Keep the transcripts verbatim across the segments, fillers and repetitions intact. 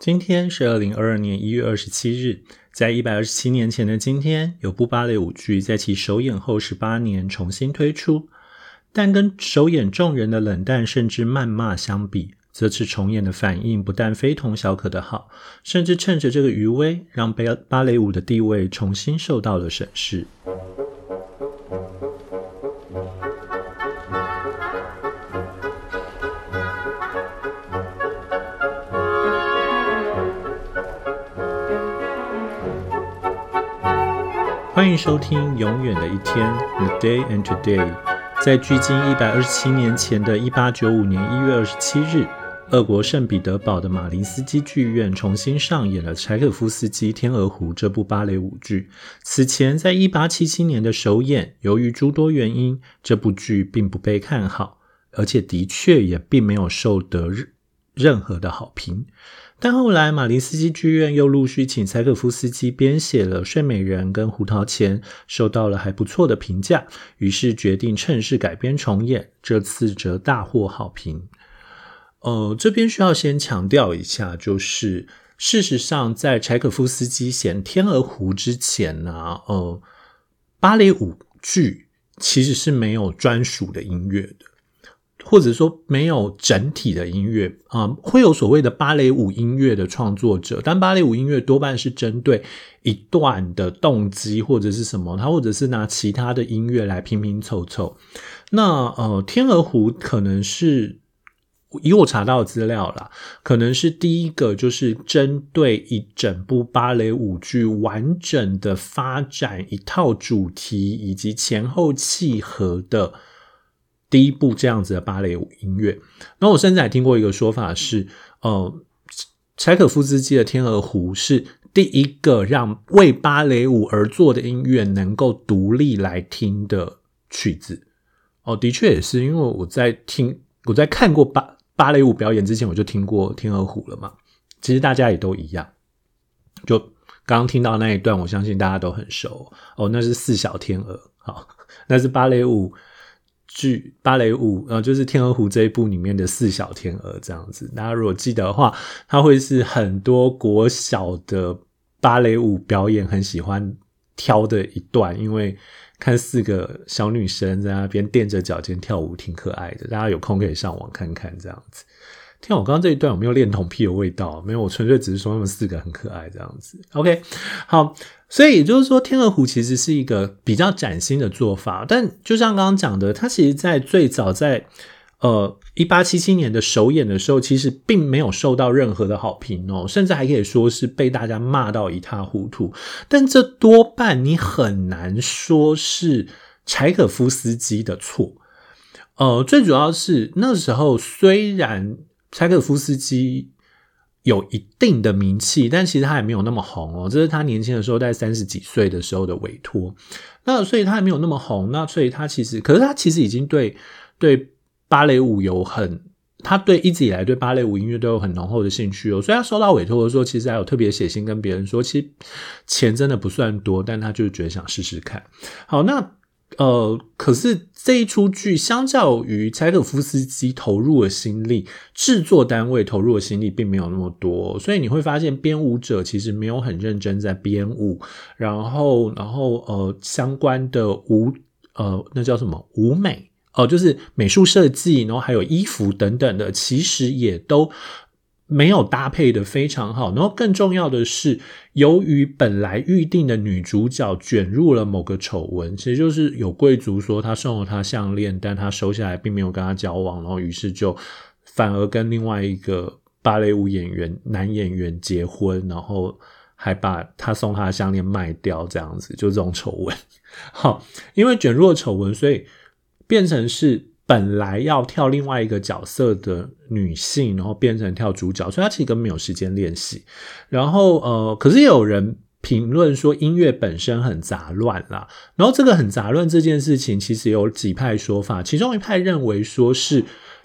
今天是二零二二年一月二十七日，在一百二十七年前的今天，有部芭蕾舞剧在其首演后十八年重新推出，但跟首演众人的冷淡甚至谩骂相比，这次重演的反应不但非同小可的好，甚至趁着这个余威，让芭蕾舞的地位重新受到了审视。欢迎收听《永远的一天》The Day and Today。 在距今一百二十七年前的一八九五年一月二十七日，俄国圣彼得堡的马林斯基剧院重新上演了柴可夫斯基《天鹅湖》这部芭蕾舞剧。此前在一八七七年的首演，由于诸多原因，这部剧并不被看好，而且的确也并没有受得任何的好评。但后来马林斯基剧院又陆续请柴可夫斯基编写了《睡美人》跟《胡桃钳》，受到了还不错的评价，于是决定趁势改编重演，这次则大获好评。呃，这边需要先强调一下，就是事实上在柴可夫斯基写《天鹅湖》之前呢，呃，芭蕾舞剧其实是没有专属的音乐的，或者说没有整体的音乐、嗯、会有所谓的芭蕾舞音乐的创作者，但芭蕾舞音乐多半是针对一段的动机或者是什么，它或者是拿其他的音乐来拼拼凑凑。那呃，天鹅湖可能是以我查到的资料啦，可能是第一个就是针对一整部芭蕾舞剧完整的发展一套主题以及前后契合的第一部这样子的芭蕾舞音乐。那我甚至还听过一个说法是，呃，柴可夫斯基的《天鹅湖》是第一个让为芭蕾舞而做的音乐能够独立来听的曲子。哦，的确也是，因为我在听我在看过芭芭蕾舞表演之前，我就听过《天鹅湖》了嘛。其实大家也都一样，就刚刚听到那一段，我相信大家都很熟。哦，那是四小天鹅，好，那是芭蕾舞。剧芭蕾舞呃，就是《天鹅湖》这一部里面的四小天鹅这样子。大家如果记得的话，它会是很多国小的芭蕾舞表演很喜欢挑的一段，因为看四个小女生在那边踮着脚尖跳舞挺可爱的，大家有空可以上网看看这样子。天啊，我刚刚这一段有没有恋童癖的味道？没有，我纯粹只是说他们四个很可爱这样子。 OK， 好，所以也就是说天鹅湖其实是一个比较崭新的做法，但就像刚刚讲的，它其实在最早在呃一八七七年的首演的时候，其实并没有受到任何的好评哦，甚至还可以说是被大家骂到一塌糊涂。但这多半你很难说是柴可夫斯基的错。呃，最主要是那时候虽然柴可夫斯基有一定的名气，但其实他还没有那么红哦。这是他年轻的时候，在三十几岁的时候的委托。那所以他还没有那么红。那所以他其实，可是他其实已经对对芭蕾舞有很，他对一直以来对芭蕾舞音乐都有很浓厚的兴趣哦。所以他收到委托的时候，其实还有特别写信跟别人说，其实钱真的不算多，但他就觉得想试试看。好，那呃，可是这一出剧相较于柴可夫斯基投入的心力，制作单位投入的心力并没有那么多，所以你会发现编舞者其实没有很认真在编舞，然后然后呃相关的舞呃那叫什么舞美哦、呃，就是美术设计，然后还有衣服等等的，其实也都没有搭配的非常好。然后更重要的是，由于本来预定的女主角卷入了某个丑闻，其实就是有贵族说他送了她项链，但他收下来并没有跟她交往，然后于是就反而跟另外一个芭蕾舞演员男演员结婚，然后还把他送他的项链卖掉，这样子就这种丑闻。好，因为卷入了丑闻，所以变成是本来要跳另外一个角色的女性，然后变成跳主角，所以她其实根本没有时间练习。然后呃，可是也有人评论说音乐本身很杂乱啦。然后这个很杂乱这件事情其实有几派说法，其中一派认为说是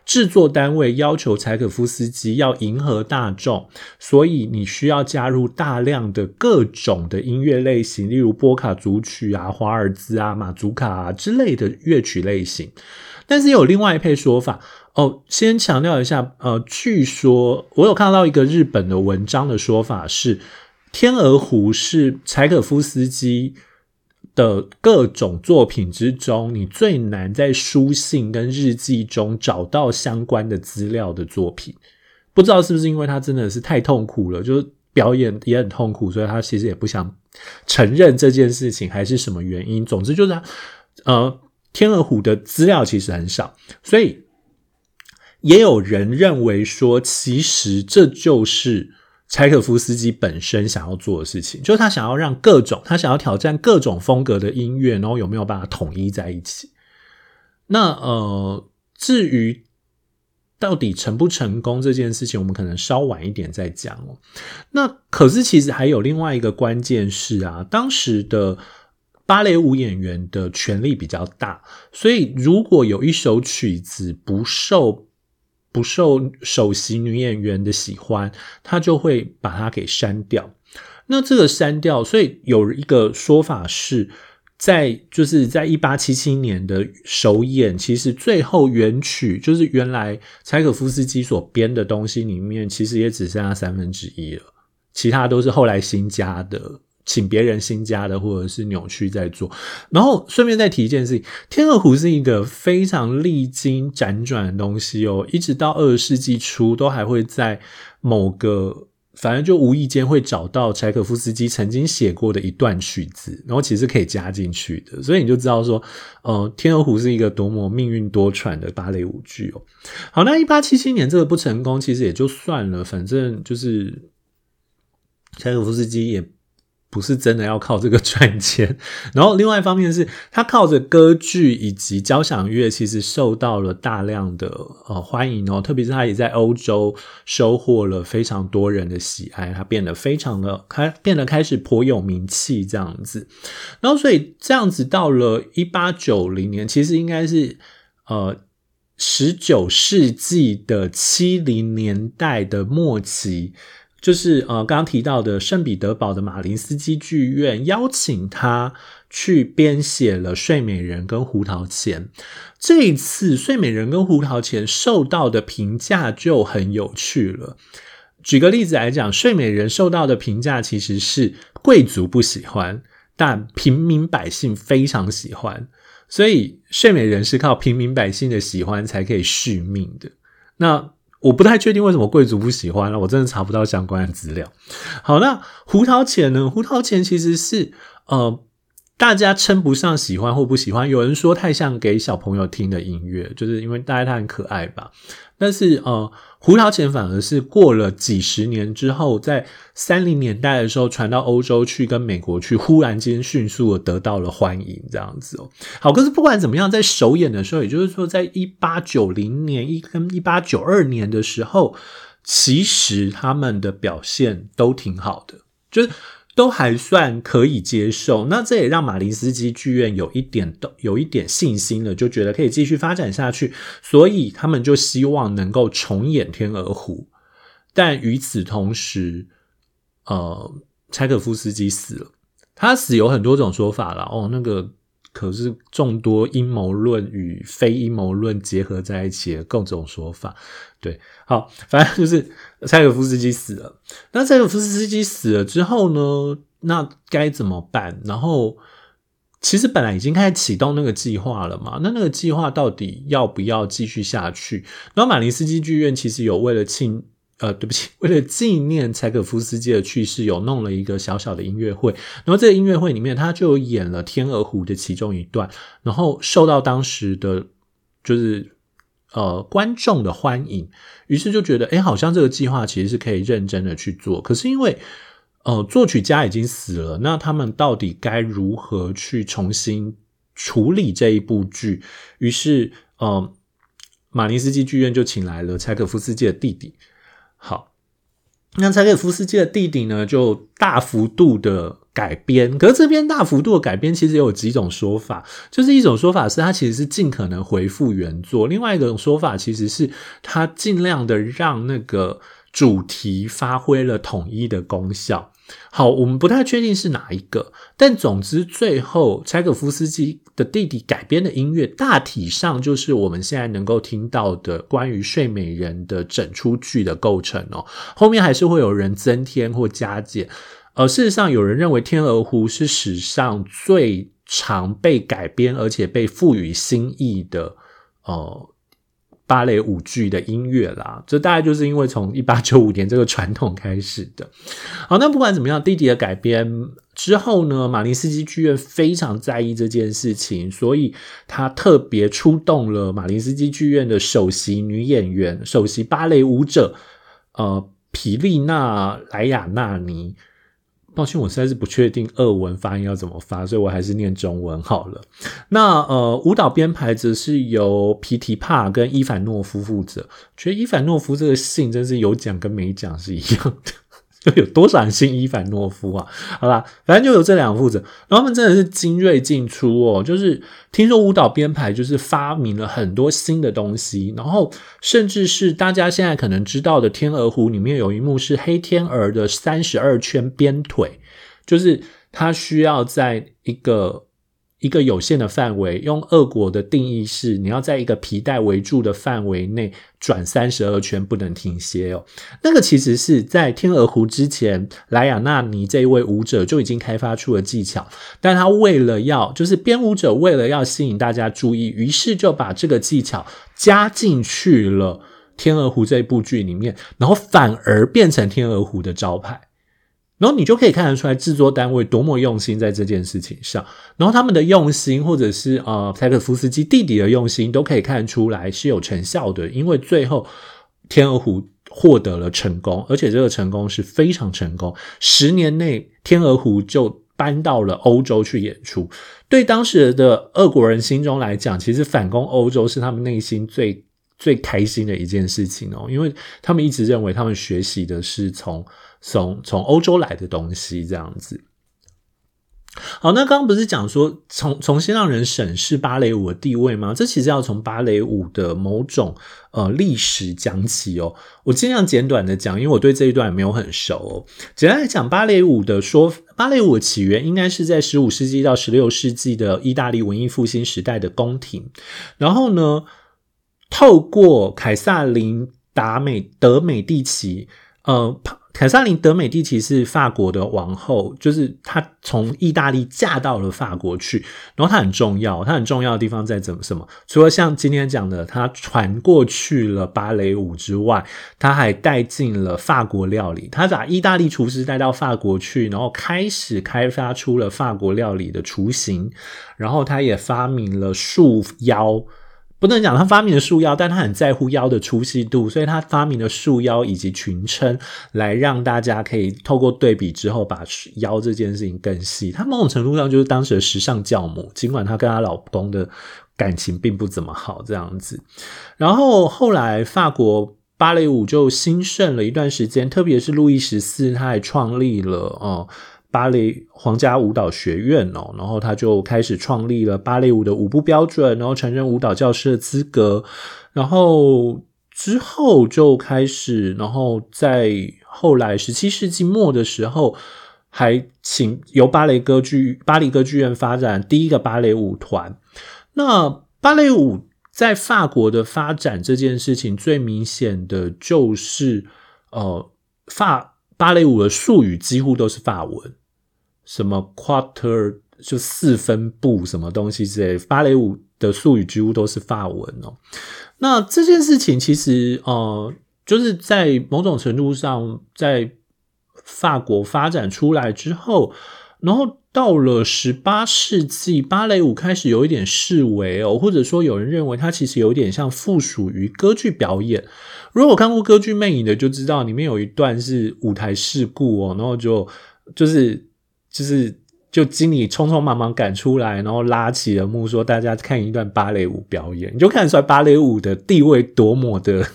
制作单位要求柴可夫斯基要迎合大众，所以你需要加入大量的各种的音乐类型，例如波卡组曲啊、华尔兹啊、马祖卡啊之类的乐曲类型。但是有另外一派说法哦，先强调一下，呃，据说我有看到一个日本的文章的说法是，天鹅湖是柴可夫斯基的各种作品之中，你最难在书信跟日记中找到相关的资料的作品。不知道是不是因为他真的是太痛苦了，就是表演也很痛苦，所以他其实也不想承认这件事情，还是什么原因。总之就是他呃，天鹅湖的资料其实很少，所以也有人认为说，其实这就是柴可夫斯基本身想要做的事情，就是他想要让各种，他想要挑战各种风格的音乐，然后有没有办法统一在一起。那呃，至于到底成不成功这件事情，我们可能稍晚一点再讲哦。那可是其实还有另外一个关键是啊，当时的芭蕾舞演员的权力比较大，所以如果有一首曲子不受不受首席女演员的喜欢，他就会把它给删掉。那这个删掉，所以有一个说法是，在就是在一八七七年的首演，其实最后原曲就是原来柴可夫斯基所编的东西里面，其实也只剩下三分之一了，其他都是后来新加的，请别人新加的，或者是扭曲在做。然后顺便再提一件事情，天鹅湖是一个非常历经辗转的东西哦，一直到二十世纪初都还会在某个反正就无意间会找到柴可夫斯基曾经写过的一段曲子，然后其实可以加进去的，所以你就知道说呃，天鹅湖是一个多么命运多舛的芭蕾舞剧哦。好，那一八七七年这个不成功其实也就算了，反正就是柴可夫斯基也不是真的要靠这个赚钱，然后另外一方面是他靠着歌剧以及交响乐其实受到了大量的呃欢迎哦，特别是他也在欧洲收获了非常多人的喜爱，他变得非常的开变得开始颇有名气这样子。然后所以这样子到了一八九零年，其实应该是呃十九世纪的七十年代的末期，就是呃，刚刚提到的圣彼得堡的马林斯基剧院邀请他去编写了《睡美人》跟《胡桃钳》。这一次《睡美人》跟《胡桃钳》受到的评价就很有趣了。举个例子来讲，《睡美人》受到的评价其实是贵族不喜欢，但平民百姓非常喜欢，所以《睡美人》是靠平民百姓的喜欢才可以续命的。那我不太确定为什么贵族不喜欢了，我真的查不到相关的资料。好，那胡桃钳呢？胡桃钳其实是呃，大家称不上喜欢或不喜欢，有人说太像给小朋友听的音乐，就是因为大概它很可爱吧。但是呃，胡桃钳反而是过了几十年之后，在三十年代的时候传到欧洲去跟美国去，忽然间迅速的得到了欢迎这样子哦。好，可是不管怎么样，在首演的时候，也就是说在一八九零年跟一八九二年的时候，其实他们的表现都挺好的，就是都还算可以接受。那这也让马林斯基剧院有一点有一点信心了，就觉得可以继续发展下去，所以他们就希望能够重演天鹅湖。但与此同时呃，柴可夫斯基死了。他死有很多种说法啦，哦，那个可是众多阴谋论与非阴谋论结合在一起的各种说法。对，好，反正就是柴可夫斯基死了。那柴可夫斯基死了之后呢，那该怎么办？然后其实本来已经开始启动那个计划了嘛，那那个计划到底要不要继续下去？然后马林斯基剧院其实有为了庆呃，对不起，为了纪念柴可夫斯基的去世，有弄了一个小小的音乐会。然后这个音乐会里面，他就有演了《天鹅湖》的其中一段，然后受到当时的就是呃观众的欢迎，于是就觉得，诶，好像这个计划其实是可以认真的去做。可是因为呃作曲家已经死了，那他们到底该如何去重新处理这一部剧？于是呃，马林斯基剧院就请来了柴可夫斯基的弟弟。好，那柴可夫斯基的弟弟呢，就大幅度的改编，可是这边大幅度的改编其实有几种说法，就是一种说法是它其实是尽可能回复原作，另外一种说法其实是它尽量的让那个主题发挥了统一的功效。好，我们不太确定是哪一个，但总之最后柴可夫斯基的弟弟改编的音乐大体上就是我们现在能够听到的关于睡美人的整出剧的构成哦，后面还是会有人增添或加减。呃，事实上有人认为天鹅湖是史上最常被改编而且被赋予新意的呃芭蕾舞剧的音乐啦，这大概就是因为从一八九五年这个传统开始的。好，那不管怎么样，弟弟的改编之后呢，马林斯基剧院非常在意这件事情，所以他特别出动了马林斯基剧院的首席女演员、首席芭蕾舞者呃皮利娜莱雅纳尼。抱歉，我实在是不确定俄文发音要怎么发，所以我还是念中文好了。那呃，舞蹈编排则是由皮提帕跟伊凡诺夫负责。觉得伊凡诺夫这个姓真是有讲跟没讲是一样的。有多少人姓伊凡诺夫啊？好啦，反正就有这两个负责，然后他们真的是精锐进出哦。就是听说舞蹈编排就是发明了很多新的东西，然后甚至是大家现在可能知道的天鹅湖里面有一幕是黑天鹅的三十二圈鞭腿，就是它需要在一个一个有限的范围，用俄国的定义是你要在一个皮带围住的范围内转三十二圈不能停歇哦。那个其实是在天鹅湖之前，莱雅纳尼这一位舞者就已经开发出了技巧，但他为了要就是编舞者为了要吸引大家注意，于是就把这个技巧加进去了天鹅湖这一部剧里面，然后反而变成天鹅湖的招牌。然后你就可以看得出来制作单位多么用心在这件事情上，然后他们的用心或者是呃柴可夫斯基弟弟的用心都可以看出来是有成效的，因为最后天鹅湖获得了成功，而且这个成功是非常成功，十年内天鹅湖就搬到了欧洲去演出。对当时的俄国人心中来讲，其实反攻欧洲是他们内心最最开心的一件事情哦，因为他们一直认为他们学习的是从从从欧洲来的东西这样子。好，那刚刚不是讲说重重新让人审视芭蕾舞的地位吗？这其实要从芭蕾舞的某种呃历史讲起哦。我尽量简短的讲，因为我对这一段也没有很熟哦。简单来讲，芭蕾舞的说芭蕾舞的起源应该是在十五世纪到十六世纪的意大利文艺复兴时代的宫廷，然后呢透过凯撒琳达美德美第奇呃凯撒琳德美第奇是法国的王后，就是她从意大利嫁到了法国去，然后她很重要，她很重要的地方在怎么什么？除了像今天讲的她传过去了芭蕾舞之外，她还带进了法国料理，她把意大利厨师带到法国去，然后开始开发出了法国料理的雏形，然后她也发明了束腰，不能讲他发明了束腰，但他很在乎腰的粗细度，所以他发明了束腰以及裙撑，来让大家可以透过对比之后把腰这件事情更细。他某种程度上就是当时的时尚教母，尽管他跟他老公的感情并不怎么好这样子。然后后来法国芭蕾舞就兴盛了一段时间，特别是路易十四他还创立了哦、嗯芭蕾皇家舞蹈学院哦，然后他就开始创立了芭蕾舞的舞步标准，然后承认舞蹈教师的资格，然后之后就开始，然后在后来十七世纪末的时候，还请由芭蕾歌剧巴黎歌剧院发展第一个芭蕾舞团。那芭蕾舞在法国的发展这件事情最明显的就是呃法芭蕾舞的术语几乎都是法文，什么 quarter 就四分步什么东西之类的，芭蕾舞的术语几乎都是法文哦。那这件事情其实呃，就是在某种程度上，在法国发展出来之后，然后到了十八世纪，芭蕾舞开始有一点式微哦，或者说有人认为它其实有点像附属于歌剧表演。如果我看过歌剧魅影的就知道，里面有一段是舞台事故哦，然后就就是就是就经理匆匆忙忙赶出来，然后拉起了幕说大家看一段芭蕾舞表演，你就看得出来芭蕾舞的地位多么的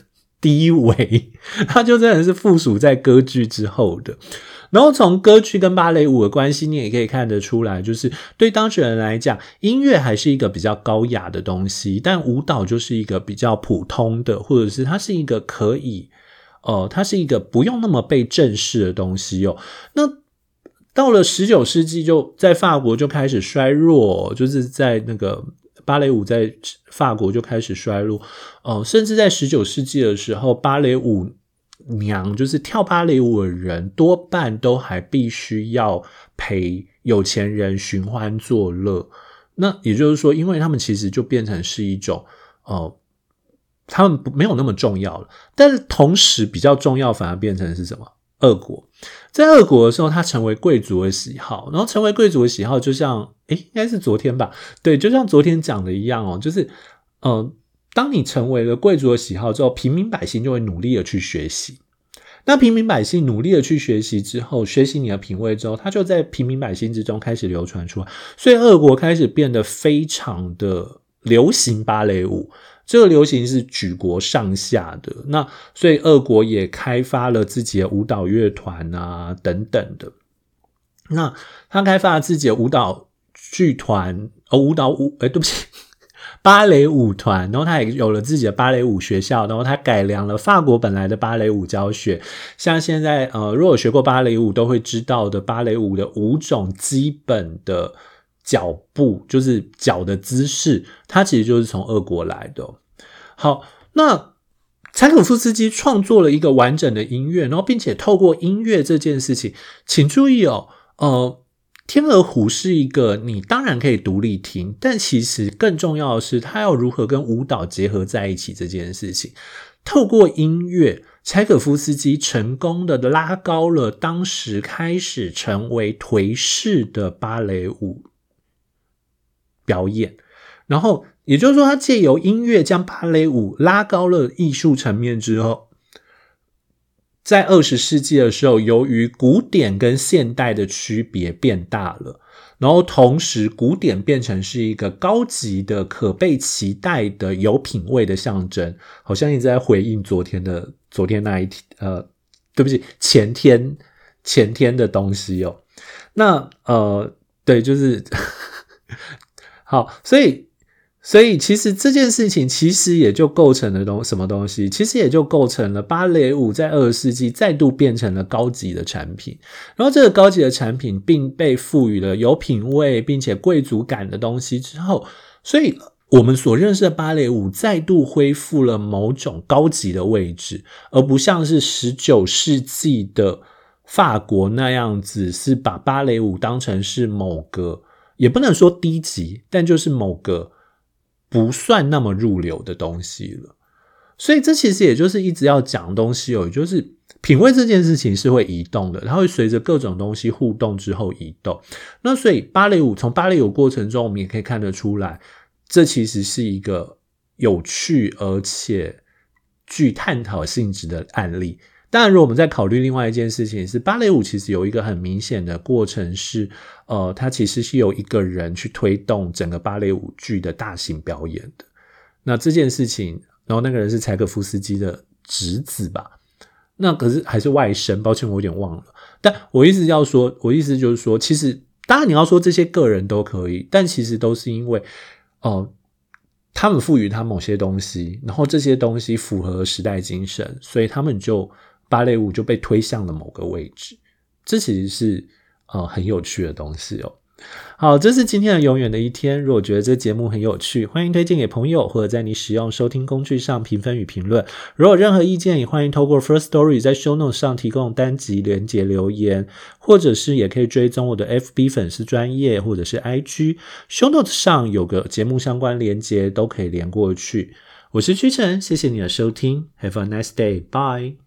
低微，它就真的是附属在歌剧之后的。然后从歌剧跟芭蕾舞的关系，你也可以看得出来，就是对当事人来讲，音乐还是一个比较高雅的东西，但舞蹈就是一个比较普通的，或者是它是一个可以呃，它是一个不用那么被正视的东西哦。那到了十九世纪，就在法国就开始衰弱，就是在那个芭蕾舞在法国就开始衰落，呃，甚至在十九世纪的时候，芭蕾舞娘就是跳芭蕾舞的人多半都还必须要陪有钱人寻欢作乐。那也就是说，因为他们其实就变成是一种呃，他们没有那么重要了，但是同时比较重要反而变成是什么？俄国。在俄国的时候，它成为贵族的喜好，然后成为贵族的喜好就像诶应该是昨天吧，对，就像昨天讲的一样哦，就是呃当你成为了贵族的喜好之后，平民百姓就会努力的去学习。那平民百姓努力的去学习之后，学习你的品味之后，它就在平民百姓之中开始流传出来。所以俄国开始变得非常的流行芭蕾舞，这个流行是举国上下的。那所以俄国也开发了自己的舞蹈乐团啊等等的。那他开发了自己的舞蹈剧团，哦，舞蹈舞，诶对不起。芭蕾舞团，然后他也有了自己的芭蕾舞学校，然后他改良了法国本来的芭蕾舞教学。像现在呃，如果有学过芭蕾舞都会知道的芭蕾舞的五种基本的脚步，就是脚的姿势，它其实就是从俄国来的哦。好，那柴可夫斯基创作了一个完整的音乐，然后并且透过音乐这件事情，请注意哦，呃天鹅湖是一个你当然可以独立听，但其实更重要的是它要如何跟舞蹈结合在一起这件事情。透过音乐，柴可夫斯基成功的拉高了当时开始成为颓势的芭蕾舞表演，然后也就是说他借由音乐将芭蕾舞拉高了艺术层面之后，在二十世纪的时候，由于古典跟现代的区别变大了，然后同时古典变成是一个高级的可被期待的有品味的象征，好像一直在回应昨天的昨天那一天呃对不起前天前天的东西哦。那呃对就是好，所以所以其实这件事情其实也就构成了东什么东西，其实也就构成了芭蕾舞在二十世纪再度变成了高级的产品，然后这个高级的产品并被赋予了有品味并且贵族感的东西之后，所以我们所认识的芭蕾舞再度恢复了某种高级的位置，而不像是十九世纪的法国那样子是把芭蕾舞当成是某个也不能说低级，但就是某个不算那么入流的东西了。所以这其实也就是一直要讲的东西哦，也就是品味这件事情是会移动的，它会随着各种东西互动之后移动。那所以芭蕾舞从芭蕾舞过程中我们也可以看得出来，这其实是一个有趣而且具探讨性质的案例。当然如果我们再考虑另外一件事情是，芭蕾舞其实有一个很明显的过程是呃，它其实是由一个人去推动整个芭蕾舞剧的大型表演的。那这件事情，然后那个人是柴可夫斯基的侄子吧，那可是还是外甥，抱歉我有点忘了。但我意思要说我意思就是说，其实当然你要说这些个人都可以，但其实都是因为呃，他们赋予他某些东西，然后这些东西符合时代精神，所以他们就芭蕾舞就被推向了某个位置。这其实是呃很有趣的东西哦。好，这是今天的永远的一天。如果觉得这节目很有趣，欢迎推荐给朋友，或者在你使用收听工具上评分与评论。如果有任何意见，也欢迎透过 First Story 在 Show Notes 上提供单集连结留言，或者是也可以追踪我的 F B 粉丝专页或者是 I G Show Notes 上有个节目相关连结都可以连过去。我是屈臣，谢谢你的收听， Have a nice day, bye。